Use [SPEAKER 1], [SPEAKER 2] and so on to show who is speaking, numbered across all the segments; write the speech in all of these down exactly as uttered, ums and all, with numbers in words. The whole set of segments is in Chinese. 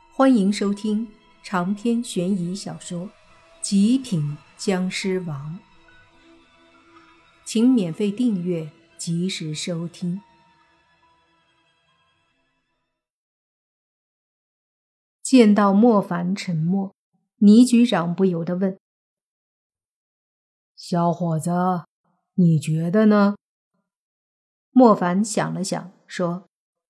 [SPEAKER 1] 欢迎收听长篇悬疑小说《极品僵尸王》，请免费订阅，及时收听。见到莫凡沉默，倪局长不由得问：
[SPEAKER 2] 小伙子，你觉得呢？
[SPEAKER 1] 莫凡想了想，说：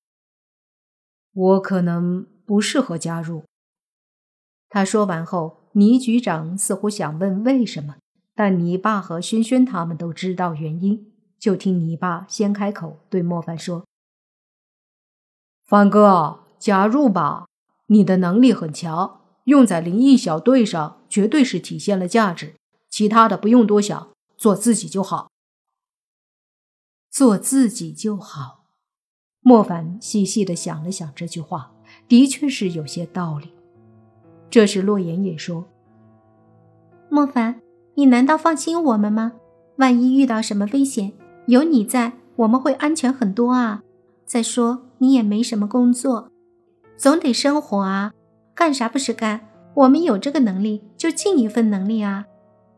[SPEAKER 2] 我可能不适合加入。
[SPEAKER 1] 他说完后，倪局长似乎想问为什么，但倪爸和轩轩他们都知道原因，就听倪爸先开口对莫凡说：
[SPEAKER 2] 凡哥，加入吧，你的能力很强，用在灵异小队上绝对是体现了价值，其他的不用多想，做自己就好。
[SPEAKER 1] 做自己就好。莫凡细细地想了想这句话，的确是有些道理。这时洛言也说：
[SPEAKER 3] 莫凡，你难道放心我们吗？万一遇到什么危险，有你在，我们会安全很多啊。再说你也没什么工作，总得生活啊，干啥不是干，我们有这个能力就尽一份能力啊。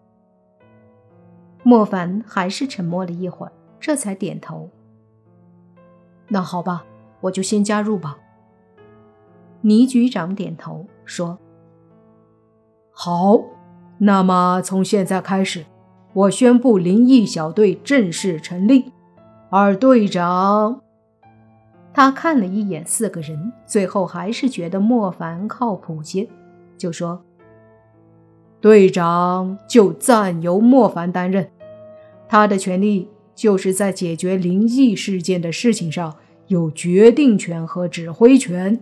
[SPEAKER 1] 莫凡还是沉默了一会儿，这才点头。
[SPEAKER 2] 那好吧，我就先加入吧。
[SPEAKER 1] 倪局长点头说：
[SPEAKER 2] 好，那么从现在开始，我宣布灵异小队正式成立。而队长……
[SPEAKER 1] 他看了一眼四个人，最后还是觉得莫凡靠谱些，就说：
[SPEAKER 2] 队长就暂由莫凡担任，他的权力就是在解决灵异事件的事情上有决定权和指挥权。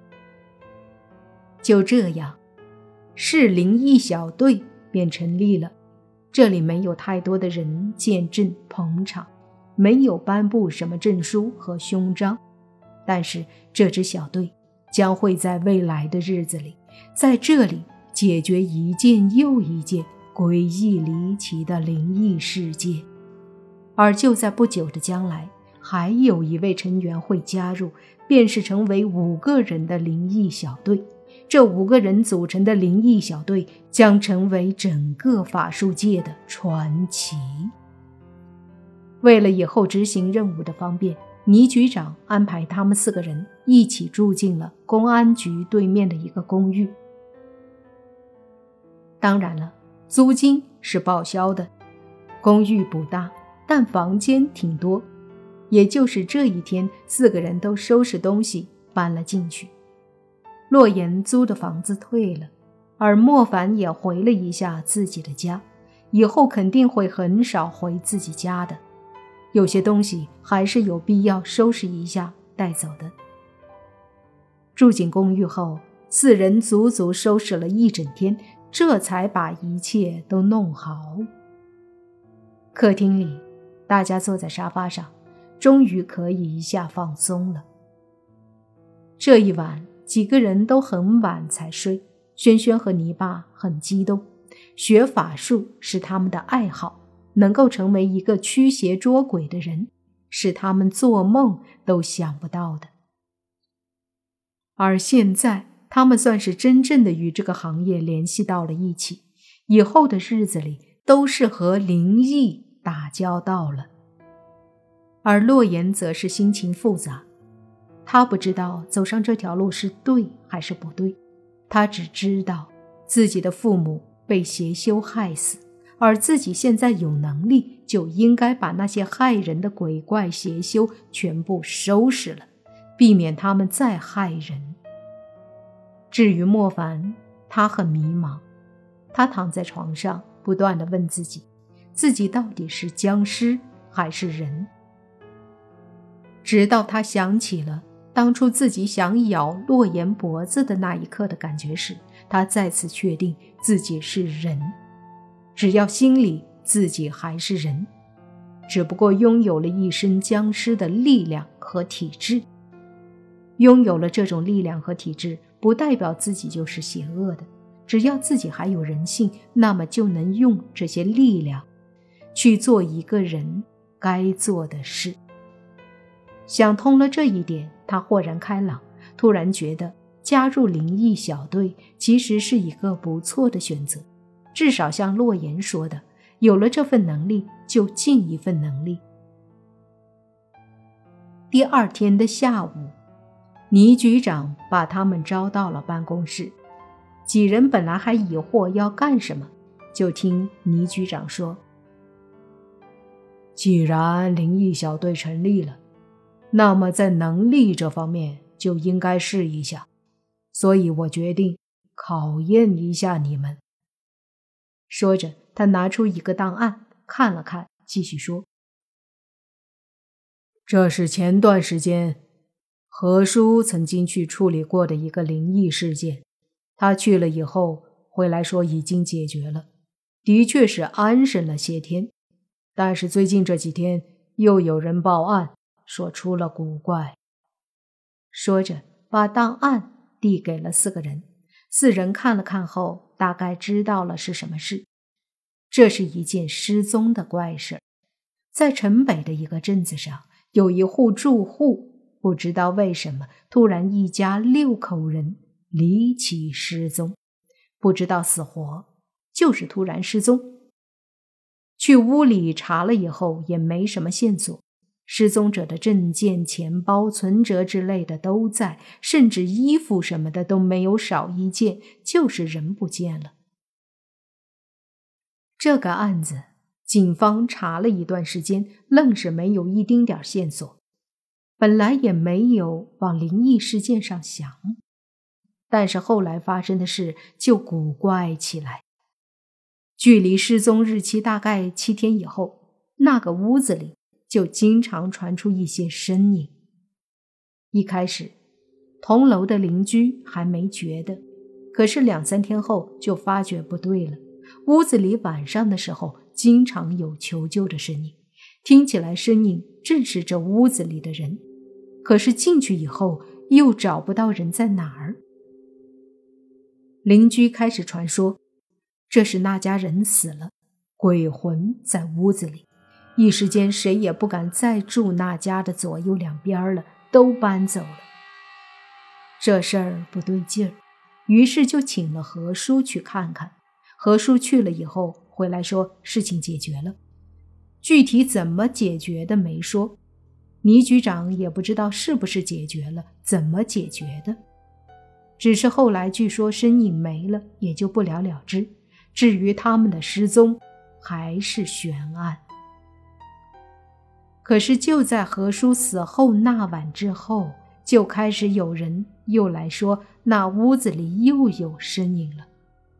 [SPEAKER 1] 就这样，市灵异小队便成立了。这里没有太多的人见证捧场，没有颁布什么证书和勋章，但是这支小队将会在未来的日子里，在这里解决一件又一件诡异离奇的灵异事件。而就在不久的将来，还有一位成员会加入，便是成为五个人的灵异小队。这五个人组成的灵异小队将成为整个法术界的传奇。为了以后执行任务的方便，倪局长安排他们四个人一起住进了公安局对面的一个公寓。当然了，租金是报销的。公寓不大，但房间挺多。也就是这一天，四个人都收拾东西搬了进去。洛言租的房子退了，而莫凡也回了一下自己的家，以后肯定会很少回自己家的。有些东西还是有必要收拾一下带走的。住进公寓后，四人足足收拾了一整天，这才把一切都弄好。客厅里，大家坐在沙发上，终于可以一下放松了。这一晚几个人都很晚才睡，轩轩和泥巴很激动，学法术是他们的爱好，能够成为一个驱邪捉鬼的人，是他们做梦都想不到的。而现在他们算是真正的与这个行业联系到了一起，以后的日子里都是和灵异打交道了。而洛言则是心情复杂，他不知道走上这条路是对还是不对，他只知道自己的父母被邪修害死，而自己现在有能力，就应该把那些害人的鬼怪邪修全部收拾了，避免他们再害人。至于莫凡，他很迷茫，他躺在床上不断地问自己，自己到底是僵尸还是人。直到他想起了当初自己想咬洛言脖子的那一刻的感觉时，他再次确定自己是人。只要心里自己还是人，只不过拥有了一身僵尸的力量和体质。拥有了这种力量和体质，不代表自己就是邪恶的，只要自己还有人性，那么就能用这些力量去做一个人该做的事。想通了这一点，他豁然开朗，突然觉得加入灵异小队其实是一个不错的选择，至少像洛言说的，有了这份能力就尽一份能力。第二天的下午，倪局长把他们招到了办公室。几人本来还疑惑要干什么，就听倪局长说，
[SPEAKER 2] 既然灵异小队成立了，那么在能力这方面就应该试一下，所以我决定考验一下你们。
[SPEAKER 1] 说着，他拿出一个档案看了看，继续说，
[SPEAKER 2] 这是前段时间何叔曾经去处理过的一个灵异事件，他去了以后回来说已经解决了，的确是安生了些天，但是最近这几天又有人报案说出了古怪。
[SPEAKER 1] 说着把档案递给了四个人，四人看了看后大概知道了是什么事。这是一件失踪的怪事，在城北的一个镇子上，有一户住户不知道为什么突然一家六口人离奇失踪，不知道死活，就是突然失踪。去屋里查了以后也没什么线索，失踪者的证件、钱包、存折之类的都在，甚至衣服什么的都没有少一件，就是人不见了。这个案子警方查了一段时间，愣是没有一丁点线索，本来也没有往灵异事件上想，但是后来发生的事就古怪起来。距离失踪日期大概七天以后，那个屋子里就经常传出一些声音。一开始同楼的邻居还没觉得，可是两三天后就发觉不对了，屋子里晚上的时候经常有求救的声音，听起来声音正是这屋子里的人，可是进去以后又找不到人在哪儿。邻居开始传说，这是那家人死了，鬼魂在屋子里，一时间谁也不敢再住那家的左右两边了，都搬走了。这事儿不对劲儿，于是就请了何叔去看看。何叔去了以后回来说事情解决了，具体怎么解决的没说，倪局长也不知道是不是解决了，怎么解决的，只是后来据说身影没了，也就不了了之。至于他们的失踪还是悬案。可是就在何叔死后那晚之后，就开始有人又来说那屋子里又有身影了。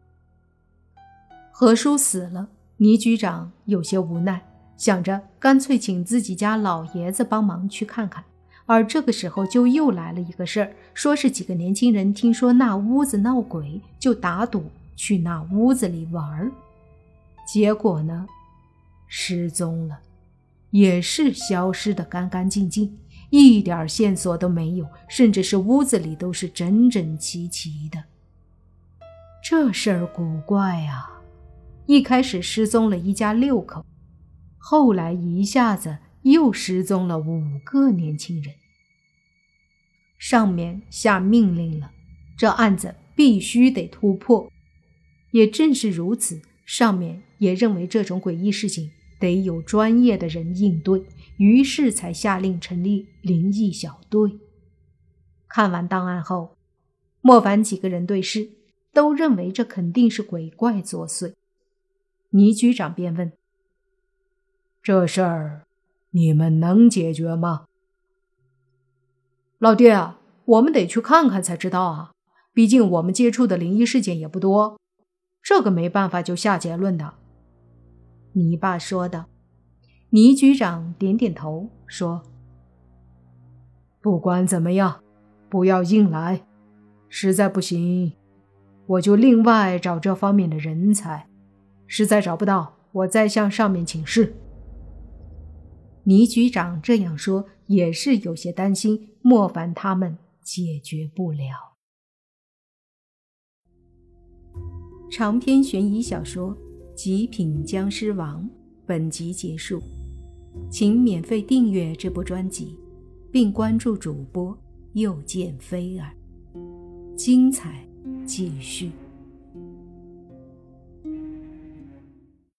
[SPEAKER 1] 何叔死了，倪局长有些无奈，想着干脆请自己家老爷子帮忙去看看。而这个时候就又来了一个事儿，说是几个年轻人听说那屋子闹鬼，就打赌去那屋子里玩，结果呢，失踪了，也是消失得干干净净，一点线索都没有，甚至是屋子里都是整整齐齐的。这事儿古怪啊！一开始失踪了一家六口，后来一下子又失踪了五个年轻人。上面下命令了，这案子必须得突破。也正是如此，上面也认为这种诡异事情得有专业的人应对，于是才下令成立灵异小队。看完档案后，莫凡几个人对视，都认为这肯定是鬼怪作祟。倪局长便问：
[SPEAKER 2] 这事儿你们能解决吗？
[SPEAKER 1] 老爹啊，我们得去看看才知道啊，毕竟我们接触的灵异事件也不多，这个没办法就下结论的。倪爸说道。倪局长点点头说：
[SPEAKER 2] 不管怎么样，不要硬来，实在不行，我就另外找这方面的人才，实在找不到，我再向上面请示。
[SPEAKER 1] 倪局长这样说，也是有些担心莫凡他们解决不了。长篇悬疑小说《极品僵尸王》本集结束，请免费订阅这部专辑，并关注主播又见菲儿， 精彩继续。